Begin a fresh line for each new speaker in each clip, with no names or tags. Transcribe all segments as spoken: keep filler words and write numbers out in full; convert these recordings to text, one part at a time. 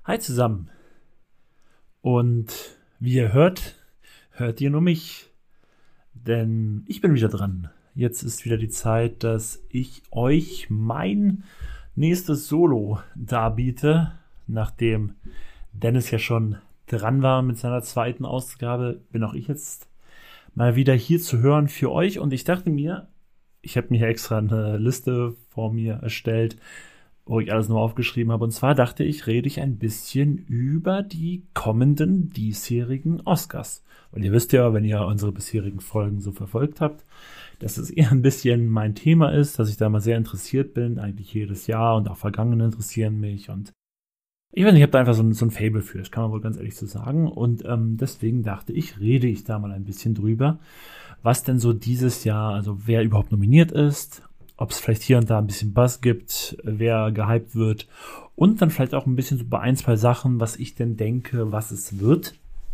Hi zusammen. Und wie ihr hört, hört ihr nur mich. Denn ich bin wieder dran. Jetzt ist wieder die Zeit, dass ich euch mein nächstes Solo darbiete. Nachdem Dennis ja schon dran war mit seiner zweiten Ausgabe, bin auch ich jetzt mal wieder hier zu hören für euch. Und ich dachte mir, ich habe mir hier extra eine Liste vor mir erstellt, wo ich alles nur aufgeschrieben habe. Und zwar dachte ich, rede ich ein bisschen über die kommenden diesjährigen Oscars. Und ihr wisst ja, wenn ihr unsere bisherigen Folgen so verfolgt habt, dass es eher ein bisschen mein Thema ist, dass ich da mal sehr interessiert bin, eigentlich jedes Jahr, und auch Vergangene interessieren mich. Und ich weiß nicht, ich habe da einfach so ein, so ein Faible für, das kann man wohl ganz ehrlich so sagen. Und ähm, deswegen dachte ich, rede ich da mal ein bisschen drüber, was denn so dieses Jahr, also wer überhaupt nominiert ist, ob es vielleicht hier und da ein bisschen Buzz gibt, wer gehypt wird, und dann vielleicht auch ein bisschen so bei ein, zwei Sachen, was ich denn denke, was es wird.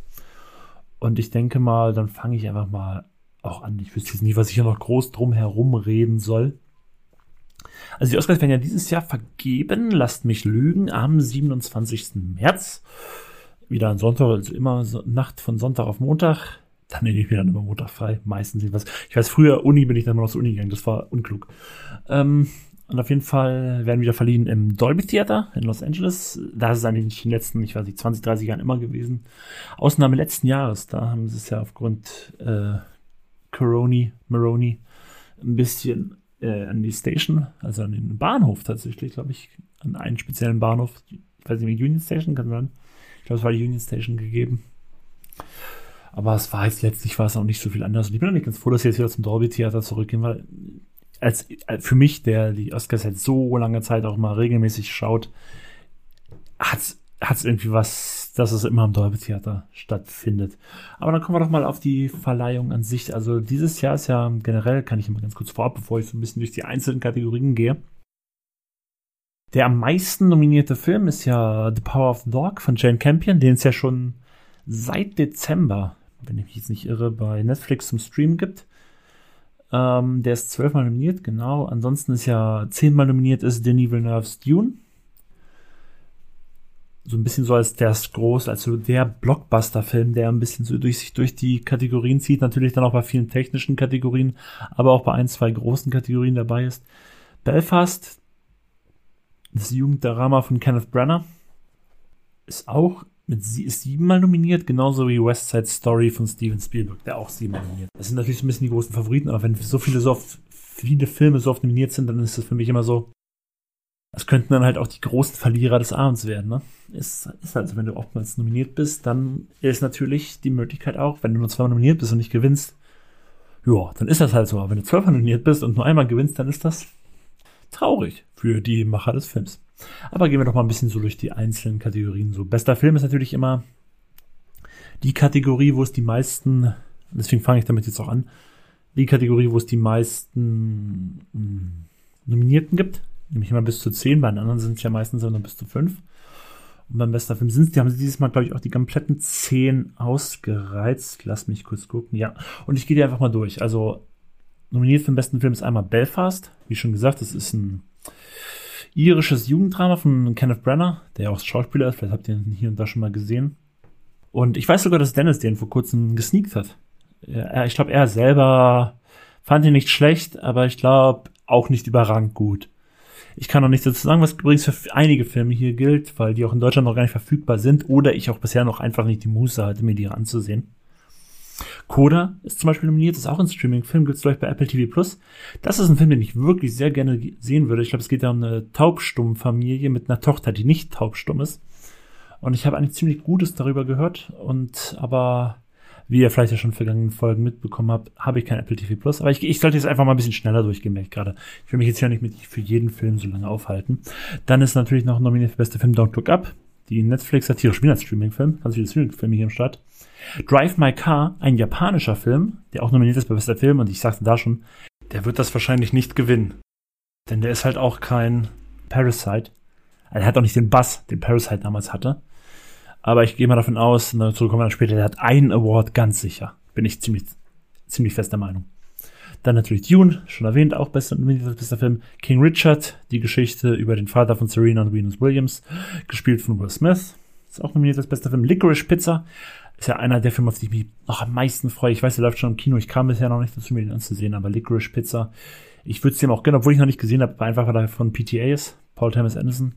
Und ich denke mal, dann fange ich einfach mal auch an. Ich wüsste jetzt nicht, was ich hier noch groß drum herum reden soll. Also die Oscars werden ja dieses Jahr vergeben, lasst mich lügen, am siebenundzwanzigsten März. Wieder ein Sonntag, also immer so Nacht von Sonntag auf Montag. Dann nehme ich mir dann immer Montag frei. Meistens was. Ich weiß, früher Uni bin ich dann mal zur Uni gegangen. Das war unklug. Ähm, und auf jeden Fall werden wieder verliehen im Dolby Theater in Los Angeles. Da ist es eigentlich in den letzten, ich weiß nicht, zwanzig, dreißig Jahren immer gewesen. Ausnahme letzten Jahres. Da haben sie es ja aufgrund äh, Coroni, Maroni ein bisschen äh, an die Station, also an den Bahnhof tatsächlich, glaube ich, an einen speziellen Bahnhof. Ich weiß nicht, wie Union Station kann sein. Ich glaube, es war die Union Station gegeben. Aber es war jetzt letztlich war es auch nicht so viel anders. Und ich bin auch nicht ganz froh, dass wir jetzt wieder zum Dolby Theater zurückgehen, weil als, als für mich, der die Oscars seit so langer Zeit auch mal regelmäßig schaut, hat es irgendwie was, dass es immer im Dolby Theater stattfindet. Aber dann kommen wir doch mal auf die Verleihung an sich. Also dieses Jahr ist ja generell, kann ich immer ganz kurz vorab, bevor ich so ein bisschen durch die einzelnen Kategorien gehe. Der am meisten nominierte Film ist ja The Power of the Dog von Jane Campion, den es ja schon seit Dezember, wenn ich mich jetzt nicht irre, bei Netflix zum Stream gibt. Ähm, der ist zwölfmal nominiert, genau. Ansonsten ist ja zehnmal nominiert ist Denis Villeneuve's Dune. So ein bisschen so als der groß, als so der Blockbuster-Film, der ein bisschen so durch sich durch die Kategorien zieht. Natürlich dann auch bei vielen technischen Kategorien, aber auch bei ein, zwei großen Kategorien dabei ist. Belfast, das Jugenddrama von Kenneth Branagh, ist auch mit sie ist siebenmal nominiert, genauso wie West Side Story von Steven Spielberg, der auch siebenmal nominiert. Das sind natürlich so ein bisschen die großen Favoriten, aber wenn so viele so oft, viele Filme so oft nominiert sind, dann ist das für mich immer so, das könnten dann halt auch die großen Verlierer des Abends werden, ne? Ist, ist halt so, wenn du oftmals nominiert bist, dann ist natürlich die Möglichkeit auch, wenn du nur zweimal nominiert bist und nicht gewinnst, ja, dann ist das halt so. Aber wenn du zwölfmal nominiert bist und nur einmal gewinnst, dann ist das traurig für die Macher des Films. Aber gehen wir doch mal ein bisschen so durch die einzelnen Kategorien. So, bester Film ist natürlich immer die Kategorie, wo es die meisten, deswegen fange ich damit jetzt auch an, die Kategorie, wo es die meisten mh, Nominierten gibt. Nämlich immer bis zu zehn, bei den anderen sind es ja meistens nur bis zu fünf. Und beim bester Film sind es, die haben sie dieses Mal, glaube ich, auch die kompletten zehn ausgereizt. Lass mich kurz gucken, ja. Und ich gehe die einfach mal durch. Also, nominiert für den besten Film ist einmal Belfast. Wie schon gesagt, das ist ein irisches Jugenddrama von Kenneth Branagh, der auch Schauspieler ist. Vielleicht habt ihr ihn hier und da schon mal gesehen. Und ich weiß sogar, dass Dennis den vor kurzem gesneakt hat. Er, ich glaube, er selber fand ihn nicht schlecht, aber ich glaube auch nicht überragend gut. Ich kann noch nichts dazu sagen, was übrigens für einige Filme hier gilt, weil die auch in Deutschland noch gar nicht verfügbar sind oder ich auch bisher noch einfach nicht die Muße hatte, mir die anzusehen. Coda ist zum Beispiel nominiert, ist auch ein Streaming-Film, gibt es gleich bei Apple T V Plus. Das ist ein Film, den ich wirklich sehr gerne sehen würde. Ich glaube, es geht da um eine taubstumme Familie mit einer Tochter, die nicht taubstumm ist. Und ich habe eigentlich ziemlich Gutes darüber gehört. Und aber, wie ihr vielleicht ja schon in vergangenen Folgen mitbekommen habt, habe ich kein Apple T V Plus. Aber ich, ich sollte jetzt einfach mal ein bisschen schneller durchgehen, merke ich gerade. Ich will mich jetzt ja nicht mit für jeden Film so lange aufhalten. Dann ist natürlich noch nominiert für bester Film Don't Look Up. Die Netflix-Satire spielt als Streaming-Film. Ganz viele Streaming-Filme hier im Start. Drive My Car, ein japanischer Film, der auch nominiert ist bei bester Film. Und ich sagte da schon, der wird das wahrscheinlich nicht gewinnen. Denn der ist halt auch kein Parasite. Also er hat auch nicht den Buzz, den Parasite damals hatte. Aber ich gehe mal davon aus, und dazu kommen wir dann später, der hat einen Award ganz sicher. Bin ich ziemlich, ziemlich fester Meinung. Dann natürlich Dune, schon erwähnt, auch bester, bester Film. King Richard, die Geschichte über den Vater von Serena und Venus Williams, gespielt von Will Smith. ist auch nominiert als bester Film. Licorice Pizza ist ja einer der Filme, auf die ich mich noch am meisten freue. Ich weiß, der läuft schon im Kino. Ich kam bisher noch nicht dazu, mir den anzusehen, aber Licorice Pizza, ich würde es dem auch gönnen, obwohl ich noch nicht gesehen habe, einfach weil er von P T A ist, Paul Thomas Anderson.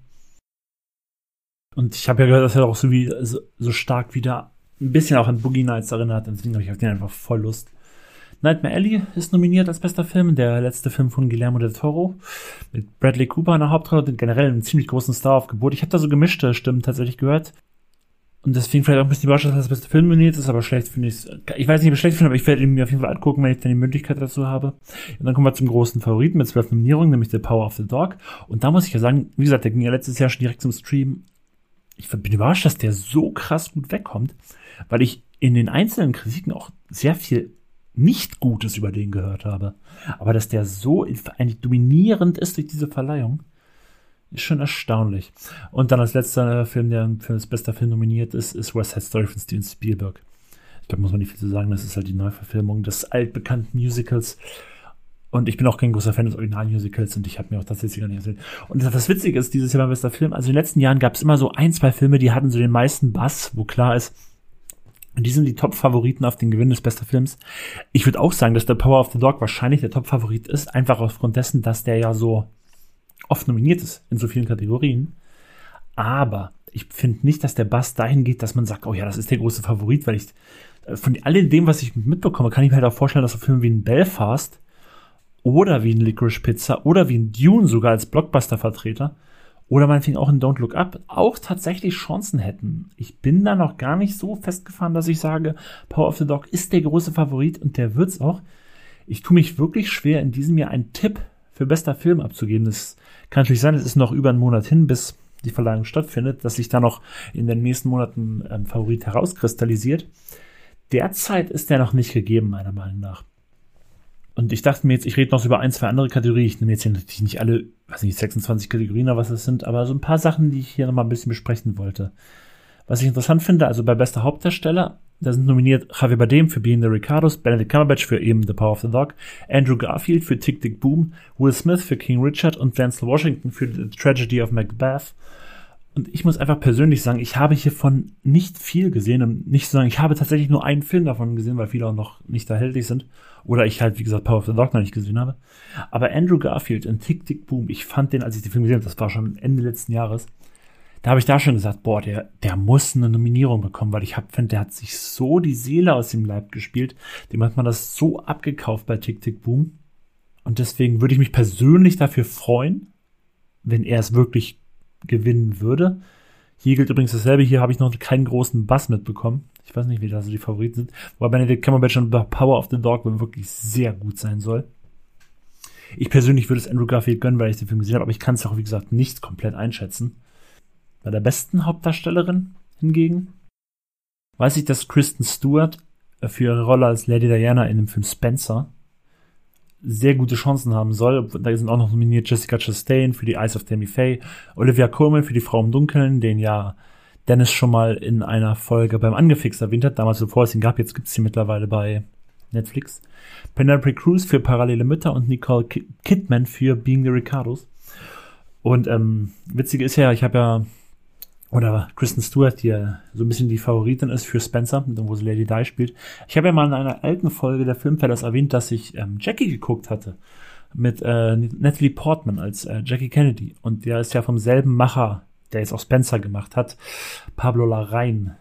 Und ich habe ja gehört, dass er auch so, wie, so, so stark wieder ein bisschen auch an Boogie Nights erinnert. Deswegen habe ich auf den einfach voll Lust. Nightmare Alley ist nominiert als bester Film, der letzte Film von Guillermo del Toro, mit Bradley Cooper in der Hauptrolle und generell einem ziemlich großen Star-Aufgebot. Ich habe da so gemischte Stimmen tatsächlich gehört. Und deswegen vielleicht auch ein bisschen überrascht, dass das beste Film nominiert ist, aber schlecht finde ich es. Ich weiß nicht, ob ich schlecht finde, aber ich werde ihn mir auf jeden Fall angucken, wenn ich dann die Möglichkeit dazu habe. Und dann kommen wir zum großen Favoriten mit zwölf Nominierungen, nämlich The Power of the Dog. Und da muss ich ja sagen, wie gesagt, der ging ja letztes Jahr schon direkt zum Stream. Ich bin überrascht, dass der so krass gut wegkommt, weil ich in den einzelnen Kritiken auch sehr viel nicht Gutes über den gehört habe. Aber dass der so eigentlich dominierend ist durch diese Verleihung, ist schon erstaunlich. Und dann als letzter Film, der für das beste Film nominiert ist, ist West Side Story von Steven Spielberg. Ich glaube, muss man nicht viel zu sagen, das ist halt die Neuverfilmung des altbekannten Musicals. Und ich bin auch kein großer Fan des Originalmusicals und ich habe mir auch das jetzt gar nicht gesehen. Und das Witzige ist, dieses Jahr beim bester Film, also in den letzten Jahren gab es immer so ein, zwei Filme, die hatten so den meisten Bass, wo klar ist, und die sind die Top-Favoriten auf den Gewinn des besten Films. Ich würde auch sagen, dass The Power of the Dog wahrscheinlich der Top-Favorit ist, einfach aufgrund dessen, dass der ja so oft nominiert ist in so vielen Kategorien. Aber ich finde nicht, dass der Bass dahin geht, dass man sagt, oh ja, das ist der große Favorit, weil ich von all dem, was ich mitbekomme, kann ich mir halt auch vorstellen, dass so Filme wie ein Belfast oder wie ein Licorice Pizza oder wie ein Dune sogar als Blockbuster-Vertreter oder meinetwegen auch in Don't Look Up auch tatsächlich Chancen hätten. Ich bin da noch gar nicht so festgefahren, dass ich sage, Power of the Dog ist der große Favorit und der wird's auch. Ich tue mich wirklich schwer, in diesem Jahr einen Tipp für bester Film abzugeben. Das kann natürlich sein, es ist noch über einen Monat hin, bis die Verleihung stattfindet, dass sich da noch in den nächsten Monaten ein Favorit herauskristallisiert. Derzeit ist der noch nicht gegeben, meiner Meinung nach. Und ich dachte mir jetzt, ich rede noch über ein, zwei andere Kategorien. Ich nehme jetzt hier natürlich nicht alle, weiß nicht, sechsundzwanzig Kategorien oder was es sind, aber so ein paar Sachen, die ich hier nochmal ein bisschen besprechen wollte. Was ich interessant finde, also bei bester Hauptdarsteller, da sind nominiert Javier Bardem für Being the Ricardos, Benedict Cumberbatch für eben The Power of the Dog, Andrew Garfield für Tick, Tick, Boom, Will Smith für King Richard und Denzel Washington für The Tragedy of Macbeth. Und ich muss einfach persönlich sagen, ich habe hiervon nicht viel gesehen und nicht zu sagen, ich habe tatsächlich nur einen Film davon gesehen, weil viele auch noch nicht erhältlich sind. Oder ich halt, wie gesagt, Power of the Dog noch nicht gesehen habe. Aber Andrew Garfield in Tick, Tick, Boom, ich fand den, als ich den Film gesehen habe, das war schon Ende letzten Jahres, da habe ich da schon gesagt, boah, der, der muss eine Nominierung bekommen, weil ich finde, der hat sich so die Seele aus dem Leib gespielt. Dem hat man das so abgekauft bei Tick, Tick, Boom. Und deswegen würde ich mich persönlich dafür freuen, wenn er es wirklich gewinnen würde. Hier gilt übrigens dasselbe. Hier habe ich noch keinen großen Bass mitbekommen. Ich weiß nicht, wie da so die Favoriten sind. Wobei Benedict Cumberbatch und Power of the Dog wirklich sehr gut sein soll. Ich persönlich würde es Andrew Garfield gönnen, weil ich den Film gesehen habe, aber ich kann es auch, wie gesagt, nicht komplett einschätzen. Bei der besten Hauptdarstellerin hingegen weiß ich, dass Kristen Stewart für ihre Rolle als Lady Diana in dem Film Spencer sehr gute Chancen haben soll. Da sind auch noch nominiert Jessica Chastain für die Eyes of Tammy Faye, Olivia Colman für die Frau im Dunkeln, den ja Dennis schon mal in einer Folge beim Angefixt erwähnt hat, damals bevor es ihn gab, jetzt gibt es sie mittlerweile bei Netflix. Penelope Cruz für Parallele Mütter und Nicole Kidman für Being the Ricardos. Und ähm, witzige ist ja, ich habe ja oder Kristen Stewart, die ja so ein bisschen die Favoritin ist für Spencer, wo sie Lady Di spielt. Ich habe ja mal in einer alten Folge der Filmfellers erwähnt, dass ich ähm, Jackie geguckt hatte mit äh, Natalie Portman als äh, Jackie Kennedy. Und der ist ja vom selben Macher, der jetzt auch Spencer gemacht hat, Pablo Larraín.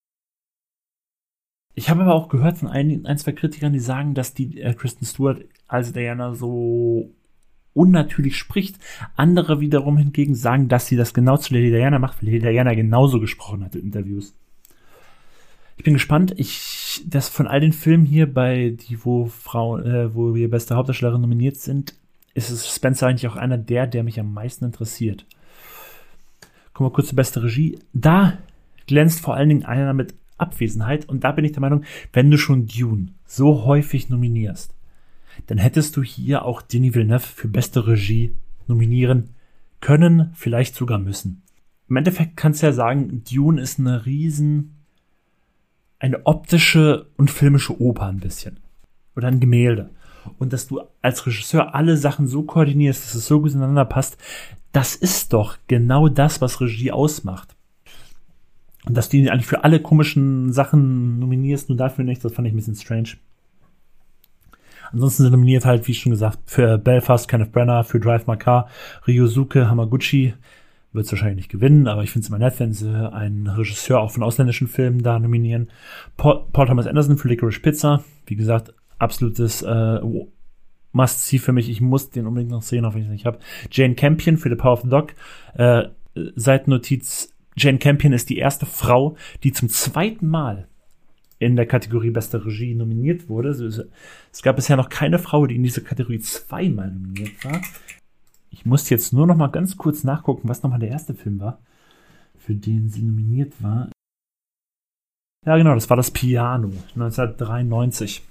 Ich habe aber auch gehört von ein, ein zwei Kritikern, die sagen, dass die äh, Kristen Stewart als Diana so unnatürlich spricht. Andere wiederum hingegen sagen, dass sie das genau zu Lady Diana macht, weil Lady Diana genauso gesprochen hat in Interviews. Ich bin gespannt. Ich, das von all den Filmen hier, bei die, wo Frauen, äh, wo wir beste Hauptdarstellerin nominiert sind, ist es Spencer eigentlich auch einer der, der mich am meisten interessiert. Kommen wir kurz zur beste Regie. Da glänzt vor allen Dingen einer mit Abwesenheit und da bin ich der Meinung, wenn du schon Dune so häufig nominierst, dann hättest du hier auch Denis Villeneuve für beste Regie nominieren können, vielleicht sogar müssen. Im Endeffekt kannst du ja sagen, Dune ist eine riesen, eine optische und filmische Oper ein bisschen. Oder ein Gemälde. Und dass du als Regisseur alle Sachen so koordinierst, dass es so gut ineinander passt, das ist doch genau das, was Regie ausmacht. Und dass du ihn eigentlich für alle komischen Sachen nominierst, nur dafür nicht, das fand ich ein bisschen strange. Ansonsten sind nominiert halt, wie schon gesagt, für Belfast Kenneth Branagh, für Drive My Car Ryosuke Hamaguchi. Wird es wahrscheinlich nicht gewinnen, aber ich finde es immer nett, wenn sie einen Regisseur auch von ausländischen Filmen da nominieren. Paul, Paul Thomas Anderson für Licorice Pizza. Wie gesagt, absolutes äh, Must-See für mich. Ich muss den unbedingt noch sehen, auch wenn ich es nicht habe. Jane Campion für The Power of the Dog. Äh, Seitennotiz: Jane Campion ist die erste Frau, die zum zweiten Mal in der Kategorie Beste Regie nominiert wurde. Es gab bisher noch keine Frau, die in dieser Kategorie zweimal nominiert war. Ich muss jetzt nur noch mal ganz kurz nachgucken, was nochmal der erste Film war, für den sie nominiert war. Ja, genau, das war das Piano, neunzehnhundertdreiundneunzig.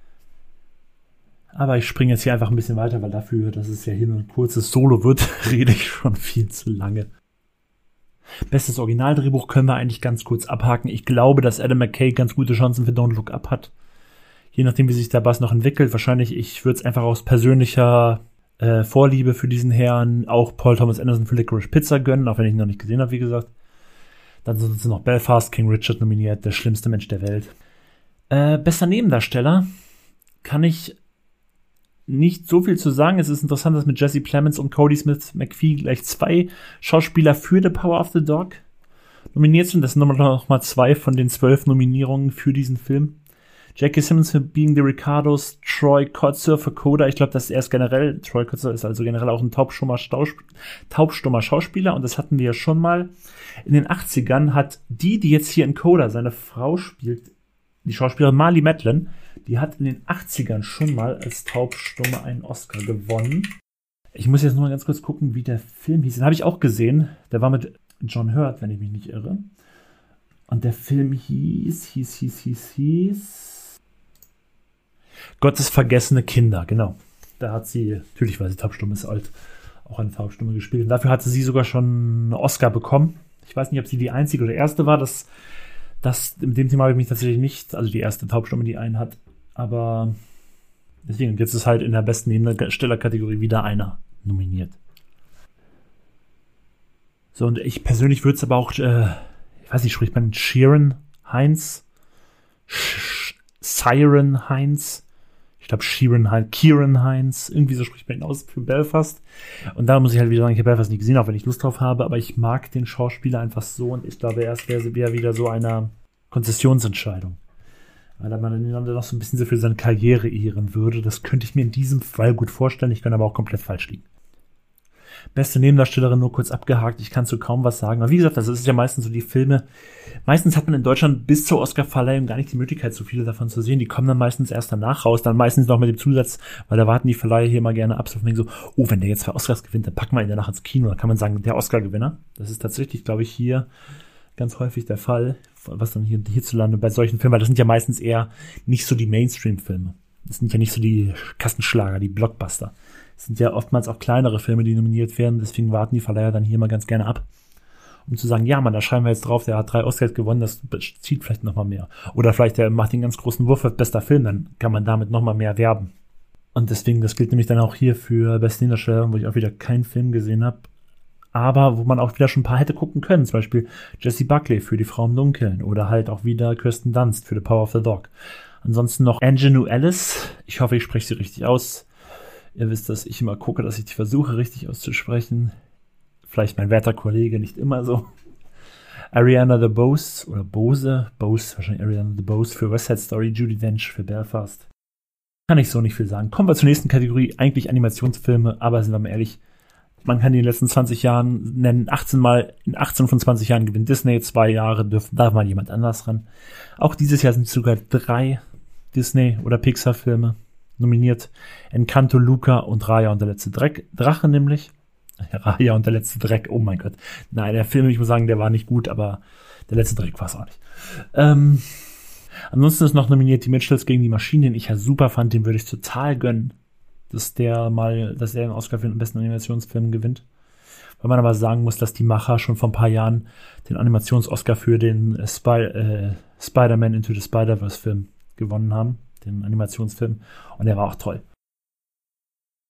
Aber ich springe jetzt hier einfach ein bisschen weiter, weil dafür, dass es ja hier nur ein kurzes Solo wird, rede ich schon viel zu lange. Bestes Originaldrehbuch können wir eigentlich ganz kurz abhaken. Ich glaube, dass Adam McKay ganz gute Chancen für Don't Look Up hat. Je nachdem, wie sich der Bass noch entwickelt. Wahrscheinlich, ich würde es einfach aus persönlicher äh, Vorliebe für diesen Herrn auch Paul Thomas Anderson für Licorice Pizza gönnen, auch wenn ich ihn noch nicht gesehen habe, wie gesagt. Dann sind noch Belfast, King Richard nominiert, der schlimmste Mensch der Welt. Äh, bester Nebendarsteller kann ich nicht so viel zu sagen. Es ist interessant, dass mit Jesse Plemons und Cody Smith McPhee gleich zwei Schauspieler für The Power of the Dog nominiert sind. Das sind noch mal zwei von den zwölf Nominierungen für diesen Film. Jackie Simmons für Being the Ricardos, Troy Kotsur für Coda. Ich glaube, dass er ist generell, Troy Kotsur ist also generell auch ein taubstummer, taubstummer Schauspieler, und das hatten wir ja schon mal. In den achtzigern hat die, die jetzt hier in Coda seine Frau spielt, die Schauspielerin Marlee Matlin, die hat in den achtzigern schon mal als Taubstumme einen Oscar gewonnen. Ich muss jetzt nur mal ganz kurz gucken, wie der Film hieß. Den habe ich auch gesehen. Der war mit John Hurt, wenn ich mich nicht irre. Und der Film hieß, hieß, hieß, hieß, hieß Gottes vergessene Kinder, genau. Da hat sie, natürlich, weil sie taubstumm ist, alt, auch eine Taubstumme gespielt. Und dafür hatte sie sogar schon einen Oscar bekommen. Ich weiß nicht, ob sie die einzige oder erste war. Das, das, mit dem Thema habe ich mich tatsächlich nicht, also die erste Taubstumme, die einen hat. Aber deswegen, jetzt ist halt in der besten Nebendarstellerkategorie wieder einer nominiert. So, und ich persönlich würde es aber auch, äh, ich weiß nicht, spricht man Sheeran Heinz? Sh- Siren Heinz? Ich glaube, Sheeran Heinz, Kieran Heinz, irgendwie so spricht man ihn aus für Belfast. Und da muss ich halt wieder sagen, ich habe Belfast nicht gesehen, auch wenn ich Lust drauf habe, aber ich mag den Schauspieler einfach so, und ich glaube, erst wäre es wieder so eine Konzessionsentscheidung. Weil man dann noch so ein bisschen so für seine Karriere ehren würde. Das könnte ich mir in diesem Fall gut vorstellen. Ich kann aber auch komplett falsch liegen. Beste Nebendarstellerin nur kurz abgehakt. Ich kann zu kaum was sagen. Aber wie gesagt, das ist ja meistens so die Filme. Meistens hat man in Deutschland bis zur Oscarverleihung gar nicht die Möglichkeit, so viele davon zu sehen. Die kommen dann meistens erst danach raus. Dann meistens noch mit dem Zusatz, weil da warten die Verleiher hier mal gerne ab. So, so, oh, wenn der jetzt zwei Oscars gewinnt, dann packen wir ihn danach ins Kino. Dann kann man sagen, der Oscar-Gewinner. Das ist tatsächlich, glaube ich, hier ganz häufig der Fall, was dann hier hierzulande bei solchen Filmen, weil das sind ja meistens eher nicht so die Mainstream-Filme. Das sind ja nicht so die Kassenschlager, die Blockbuster. Das sind ja oftmals auch kleinere Filme, die nominiert werden. Deswegen warten die Verleiher dann hier mal ganz gerne ab, um zu sagen, ja, Mann, da schreiben wir jetzt drauf, der hat drei Oscars gewonnen, das zieht vielleicht noch mal mehr. Oder vielleicht der macht den ganz großen Wurf als bester Film, dann kann man damit noch mal mehr werben. Und deswegen, das gilt nämlich dann auch hier für beste Nebendarsteller, wo ich auch wieder keinen Film gesehen habe, aber wo man auch wieder schon ein paar hätte gucken können. Zum Beispiel Jessie Buckley für Die Frau im Dunkeln oder halt auch wieder Kirsten Dunst für The Power of the Dog. Ansonsten noch Aunjanue Ellis. Ich hoffe, ich spreche sie richtig aus. Ihr wisst, dass ich immer gucke, dass ich die versuche, richtig auszusprechen. Vielleicht mein werter Kollege nicht immer so. Ariana DeBose oder Bose, Bose, wahrscheinlich Ariana DeBose für West Side Story, Judi Dench für Belfast. Kann ich so nicht viel sagen. Kommen wir zur nächsten Kategorie, eigentlich Animationsfilme, aber sind wir mal ehrlich, man kann die in den letzten zwanzig Jahren nennen, achtzehn Mal, in achtzehn von zwanzig Jahren gewinnt Disney, zwei Jahre dürfen, darf mal jemand anders ran. Auch dieses Jahr sind sogar drei Disney- oder Pixar-Filme nominiert. Encanto, Luca und Raya und der letzte Dreck, Drache nämlich. Raya und der letzte Dreck, oh mein Gott. Nein, der Film, ich muss sagen, der war nicht gut, aber der letzte Dreck war es auch nicht. Ähm, ansonsten ist noch nominiert die Mitchells gegen die Maschinen, den ich ja super fand, den würde ich total gönnen, dass der mal, dass er einen Oscar für den besten Animationsfilm gewinnt. Weil man aber sagen muss, dass die Macher schon vor ein paar Jahren den Animations-Oscar für den äh, Spy, äh, Spider-Man Into the Spider-Verse-Film gewonnen haben, den Animationsfilm. Und der war auch toll.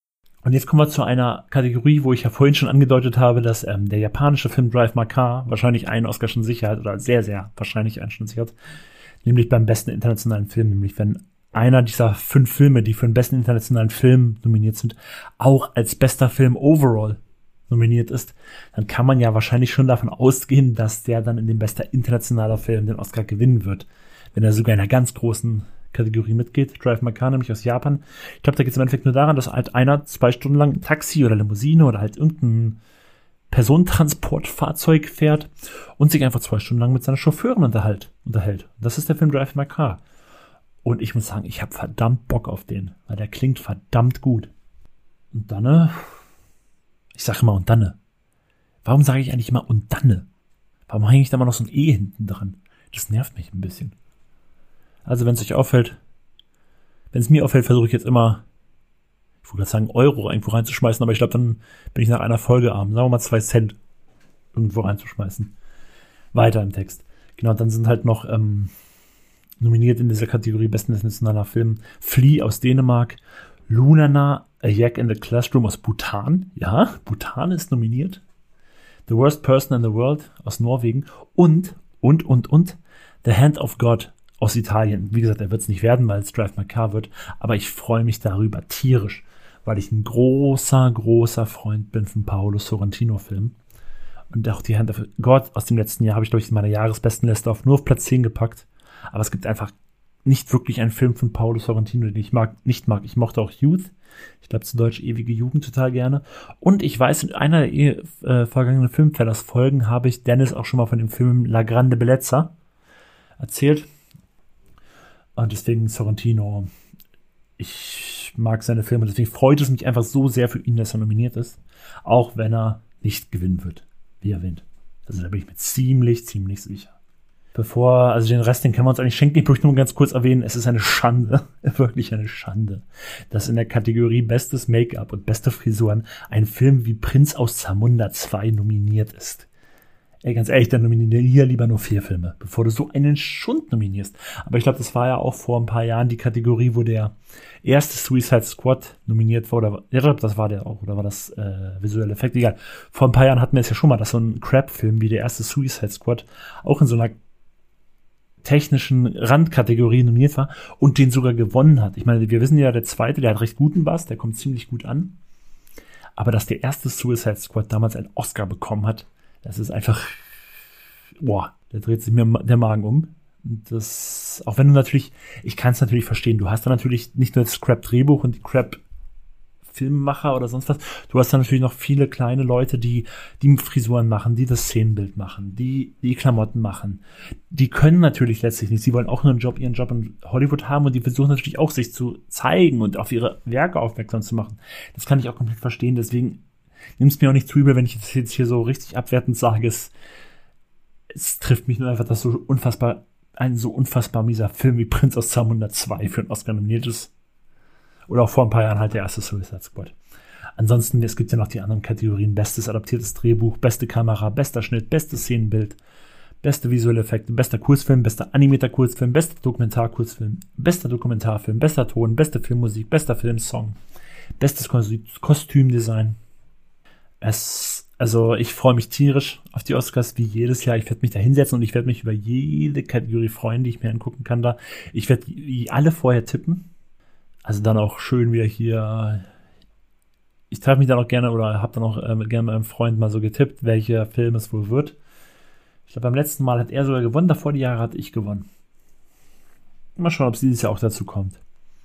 Und jetzt kommen wir zu einer Kategorie, wo ich ja vorhin schon angedeutet habe, dass ähm, der japanische Film Drive My Car wahrscheinlich einen Oscar schon sicher hat, oder sehr, sehr wahrscheinlich einen schon sicher hat, nämlich beim besten internationalen Film, nämlich wenn einer dieser fünf Filme, die für den besten internationalen Film nominiert sind, auch als bester Film overall nominiert ist, dann kann man ja wahrscheinlich schon davon ausgehen, dass der dann in dem bester internationaler Film den Oscar gewinnen wird, wenn er sogar in einer ganz großen Kategorie mitgeht. Drive My Car, nämlich aus Japan. Ich glaube, da geht es im Endeffekt nur daran, dass halt einer zwei Stunden lang ein Taxi oder Limousine oder halt irgendein Personentransportfahrzeug fährt und sich einfach zwei Stunden lang mit seiner Chauffeurin unterhält. unterhält. Das ist der Film Drive My Car. Und ich muss sagen, ich habe verdammt Bock auf den, weil der klingt verdammt gut. Und dann, äh, ich sage immer und dann. Warum sage ich eigentlich immer und dann? Warum hänge ich da mal noch so ein E hinten dran? Das nervt mich ein bisschen. Also wenn es euch auffällt, wenn es mir auffällt, versuche ich jetzt immer, ich wollte gerade sagen, Euro irgendwo reinzuschmeißen, aber ich glaube, dann bin ich nach einer Folge arm. Sagen wir mal zwei Cent irgendwo reinzuschmeißen. Weiter im Text. Genau, dann sind halt noch ähm, nominiert in dieser Kategorie besten internationaler Film Flea aus Dänemark, Lunana, A Yak in the Classroom aus Bhutan. Ja, Bhutan ist nominiert. The Worst Person in the World aus Norwegen und, und, und, und The Hand of God aus Italien. Wie gesagt, er wird es nicht werden, weil es Drive My Car wird, aber ich freue mich darüber tierisch, weil ich ein großer, großer Freund bin von Paolo Sorrentino-Filmen. Und auch die Hand of God aus dem letzten Jahr habe ich, glaube ich, in meiner Jahresbestenliste auf nur auf Platz zehn gepackt. Aber es gibt einfach nicht wirklich einen Film von Paolo Sorrentino, den ich mag, nicht mag. Ich mochte auch Youth. Ich glaube, zu Deutsch ewige Jugend total gerne. Und ich weiß, in einer der äh, vergangenen Filmfellers-Folgen habe ich Dennis auch schon mal von dem Film La Grande Bellezza erzählt. Und deswegen Sorrentino, ich mag seine Filme, deswegen freut es mich einfach so sehr für ihn, dass er nominiert ist, auch wenn er nicht gewinnen wird, wie erwähnt. Also da bin ich mir ziemlich, ziemlich sicher. Bevor, also den Rest, den können wir uns eigentlich schenken, ich möchte nur ganz kurz erwähnen, es ist eine Schande, wirklich eine Schande, dass in der Kategorie Bestes Make-up und beste Frisuren ein Film wie Prinz aus Zamunda zwei nominiert ist. Ey, ganz ehrlich, dann nominiere hier lieber nur vier Filme, bevor du so einen Schund nominierst. Aber ich glaube, das war ja auch vor ein paar Jahren die Kategorie, wo der erste Suicide Squad nominiert war. Oder, ja, ich glaube, das war der auch. Oder war das äh, visuelle Effekt? Egal. Vor ein paar Jahren hatten wir es ja schon mal, dass so ein Crap-Film wie der erste Suicide Squad auch in so einer technischen Randkategorie nominiert war und den sogar gewonnen hat. Ich meine, wir wissen ja, der zweite, der hat recht guten Bass, der kommt ziemlich gut an. Aber dass der erste Suicide Squad damals einen Oscar bekommen hat, das ist einfach, boah, da dreht sich mir der Magen um. Und das, auch wenn du natürlich, ich kann es natürlich verstehen, du hast da natürlich nicht nur das Crap-Drehbuch und die Crap-Filmemacher oder sonst was, du hast da natürlich noch viele kleine Leute, die die Frisuren machen, die das Szenenbild machen, die die Klamotten machen. Die können natürlich letztlich nicht, sie wollen auch nur einen Job, ihren Job in Hollywood haben und die versuchen natürlich auch, sich zu zeigen und auf ihre Werke aufmerksam zu machen. Das kann ich auch komplett verstehen, deswegen nimm es mir auch nicht zu übel, wenn ich das jetzt hier so richtig abwertend sage. Es, es trifft mich nur einfach, dass so unfassbar, ein so unfassbar mieser Film wie Prinz aus Zamunda zwei für einen Oscar nominiert ist. Oder auch vor ein paar Jahren halt der erste Suicide Squad. Ansonsten, es gibt ja noch die anderen Kategorien. Bestes adaptiertes Drehbuch, beste Kamera, bester Schnitt, bestes Szenenbild, beste visuelle Effekte, bester Kurzfilm, bester animierter Kurzfilm, bester Dokumentarkurzfilm, bester Dokumentarfilm, bester Ton, beste Filmmusik, bester Filmsong, bestes Kostümdesign. Es, also ich freue mich tierisch auf die Oscars wie jedes Jahr. Ich werde mich da hinsetzen und ich werde mich über jede Kategorie freuen, die ich mir angucken kann da. Ich werde alle vorher tippen. Also dann auch schön wieder hier. Ich treffe mich dann auch gerne oder habe dann auch ähm, gerne mit einem Freund mal so getippt, welcher Film es wohl wird. Ich glaube, beim letzten Mal hat er sogar gewonnen, davor die Jahre hatte ich gewonnen. Mal schauen, ob es dieses Jahr auch dazu kommt.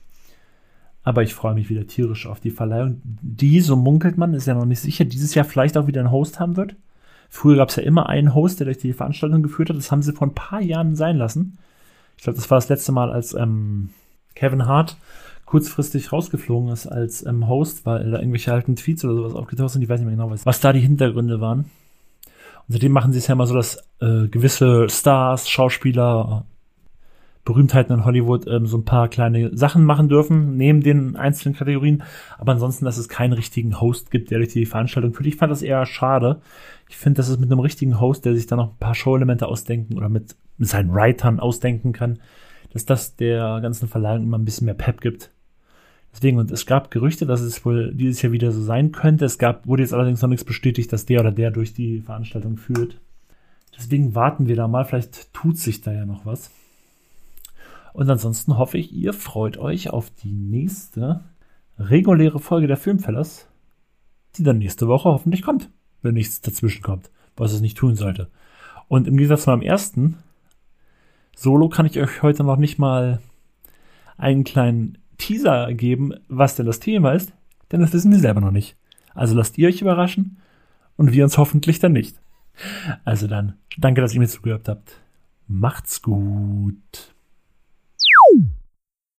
Aber ich freue mich wieder tierisch auf die Verleihung, die, so munkelt man, ist ja noch nicht sicher, dieses Jahr vielleicht auch wieder einen Host haben wird. Früher gab es ja immer einen Host, der durch die Veranstaltung geführt hat. Das haben sie vor ein paar Jahren sein lassen. Ich glaube, das war das letzte Mal, als ähm, Kevin Hart kurzfristig rausgeflogen ist als ähm, Host, weil da irgendwelche alten Tweets oder sowas aufgetaucht sind. Ich weiß nicht mehr genau, was, was da die Hintergründe waren. Und seitdem machen sie es ja immer so, dass äh, gewisse Stars, Schauspieler, Berühmtheiten in Hollywood ähm, so ein paar kleine Sachen machen dürfen, neben den einzelnen Kategorien, aber ansonsten, dass es keinen richtigen Host gibt, der durch die Veranstaltung führt. Ich fand das eher schade. Ich finde, dass es mit einem richtigen Host, der sich da noch ein paar Showelemente ausdenken oder mit, mit seinen Writern ausdenken kann, dass das der ganzen Verleihung immer ein bisschen mehr Pep gibt. Deswegen, und es gab Gerüchte, dass es wohl dieses Jahr wieder so sein könnte. Es gab, wurde jetzt allerdings noch nichts bestätigt, dass der oder der durch die Veranstaltung führt. Deswegen warten wir da mal, vielleicht tut sich da ja noch was. Und ansonsten hoffe ich, ihr freut euch auf die nächste reguläre Folge der Filmfellers, die dann nächste Woche hoffentlich kommt, wenn nichts dazwischen kommt, was es nicht tun sollte. Und im Gegensatz zu meinem ersten Solo kann ich euch heute noch nicht mal einen kleinen Teaser geben, was denn das Thema ist, denn das wissen wir selber noch nicht. Also lasst ihr euch überraschen und wir uns hoffentlich dann nicht. Also dann, danke, dass ihr mir zugehört habt. Macht's gut.